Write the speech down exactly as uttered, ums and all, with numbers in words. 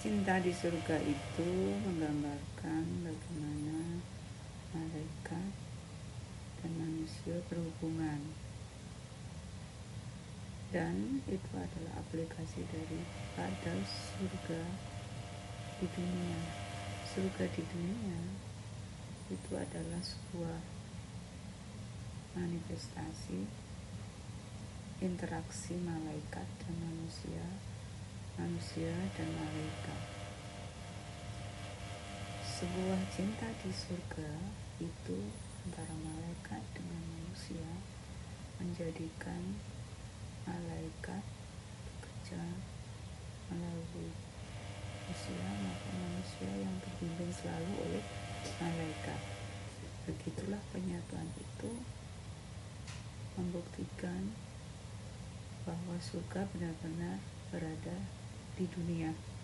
Cinta di surga itu menggambarkan bagaimana malaikat dan manusia berhubungan, dan itu adalah aplikasi daripada surga di dunia. Surga di dunia itu adalah sebuah manifestasi interaksi malaikat dan manusia, manusia dan malaikat. Sebuah cinta di surga itu antara malaikat dengan manusia menjadikan malaikat bekerja melalui manusia, maka manusia yang terbimbing selalu oleh malaikat. Begitulah penyatuan itu membuktikan bahwa surga benar-benar berada di dunia.